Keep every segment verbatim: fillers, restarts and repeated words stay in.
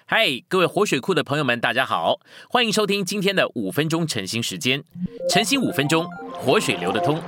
嗨，各位活水库的朋友们，大家好，欢迎收听今天的五分钟晨兴时间。晨兴五分钟，活水流得通。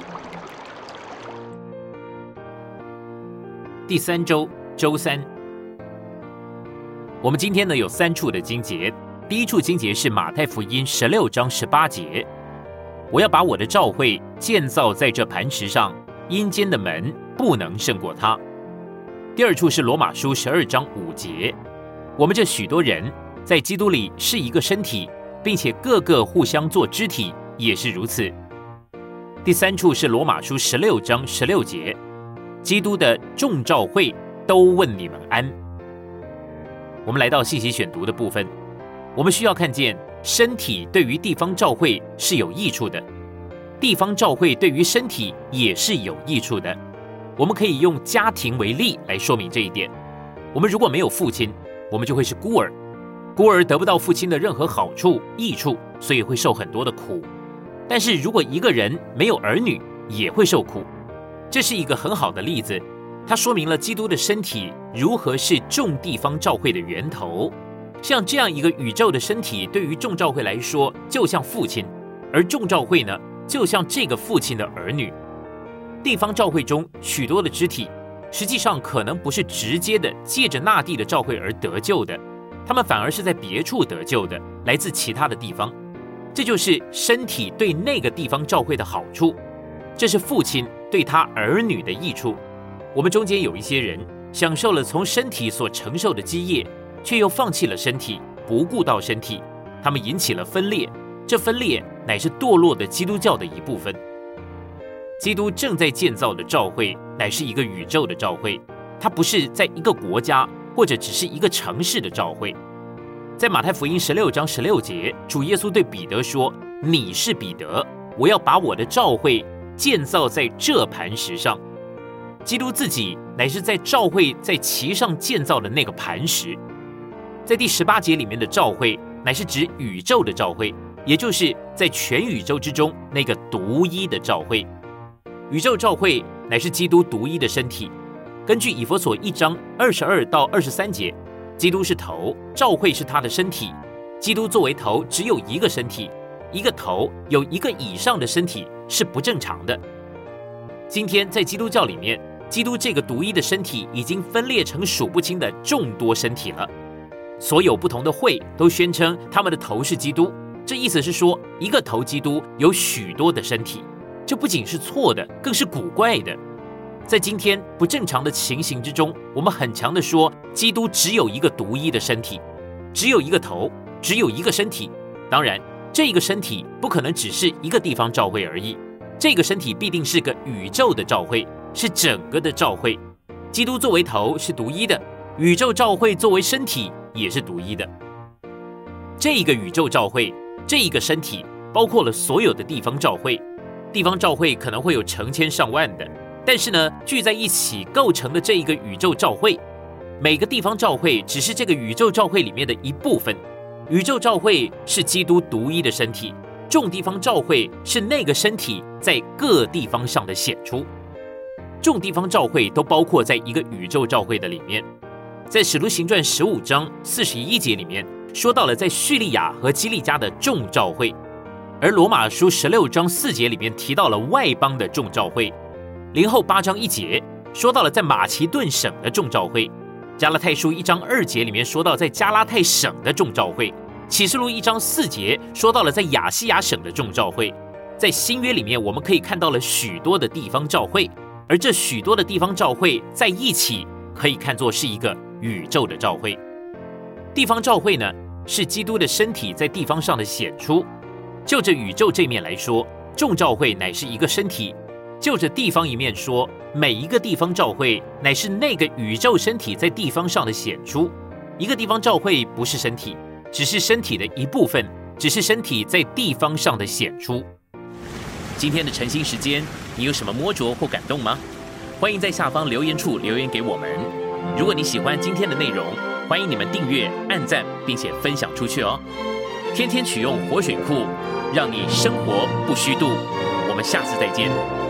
第三周周三，我们今天呢有三处的经节。第一处经节是马太福音十六章十八节，我要把我的召会建造在这磐石上，阴间的门不能胜过它。第二处是罗马书十二章五节，我们这许多人在基督里是一个身体，并且各个互相做肢体，也是如此。第三处是罗马书十六章十六节，基督的众召会都问你们安。我们来到信息选读的部分，我们需要看见身体对于地方召会是有益处的，地方召会对于身体也是有益处的。我们可以用家庭为例来说明这一点。我们如果没有父亲，我们就会是孤儿，孤儿得不到父亲的任何好处益处，所以会受很多的苦。但是如果一个人没有儿女，也会受苦。这是一个很好的例子，它说明了基督的身体如何是众地方召会的源头。像这样一个宇宙的身体，对于众召会来说就像父亲，而众召会呢，就像这个父亲的儿女。地方召会中许多的肢体实际上可能不是直接的借着那地的召会而得救的，他们反而是在别处得救的，来自其他的地方。这就是身体对那个地方召会的好处，这是父亲对他儿女的益处。我们中间有一些人享受了从身体所承受的基业，却又放弃了身体，不顾到身体，他们引起了分裂，这分裂乃是堕落的基督教的一部分。基督正在建造的召会乃是一个宇宙的召会，它不是在一个国家或者只是一个城市的召会。在马太福音十六章十六节，主耶稣对彼得说，你是彼得，我要把我的召会建造在这磐石上。基督自己乃是在召会在其上建造的那个磐石。在第十八节里面的召会乃是指宇宙的召会，也就是在全宇宙之中那个独一的召会。宇宙召会乃是基督独一的身体。根据以弗所一章二十二到二十三节，基督是头，召会是他的身体。基督作为头，只有一个身体，一个头有一个以上的身体是不正常的。今天在基督教里面，基督这个独一的身体已经分裂成数不清的众多身体了。所有不同的会都宣称他们的头是基督，这意思是说，一个头基督有许多的身体。这不仅是错的，更是古怪的。在今天不正常的情形之中，我们很强的说，基督只有一个独一的身体，只有一个头，只有一个身体。当然，这个身体不可能只是一个地方召会而已，这个身体必定是个宇宙的召会，是整个的召会。基督作为头是独一的，宇宙召会作为身体也是独一的。这一个宇宙召会，这一个身体，包括了所有的地方召会。地方召会可能会有成千上万的，但是呢，聚在一起构成的这一个宇宙召会，每个地方召会只是这个宇宙召会里面的一部分。宇宙召会是基督独一的身体，众地方召会是那个身体在各地方上的显出。众地方召会都包括在一个宇宙召会的里面。在使徒行传十五章四十一节里面说到了在叙利亚和基利家的众召会，而罗马书十六章四节里面提到了外邦的众召会，林后八章一节说到了在马其顿省的众召会，加拉太书一章二节里面说到在加拉太省的众召会，启示录一章四节说到了在亚细亚省的众召会。在新约里面，我们可以看到了许多的地方召会，而这许多的地方召会在一起，可以看作是一个宇宙的召会。地方召会呢，是基督的身体在地方上的显出。就着宇宙这面来说，众召会乃是一个身体；就着地方一面说，每一个地方召会乃是那个宇宙身体在地方上的显出。一个地方召会不是身体，只是身体的一部分，只是身体在地方上的显出。今天的晨兴时间，你有什么摸着或感动吗？欢迎在下方留言处留言给我们。如果你喜欢今天的内容，欢迎你们订阅、按赞，并且分享出去哦。天天取用活水库，让你生活不虚度。我们下次再见。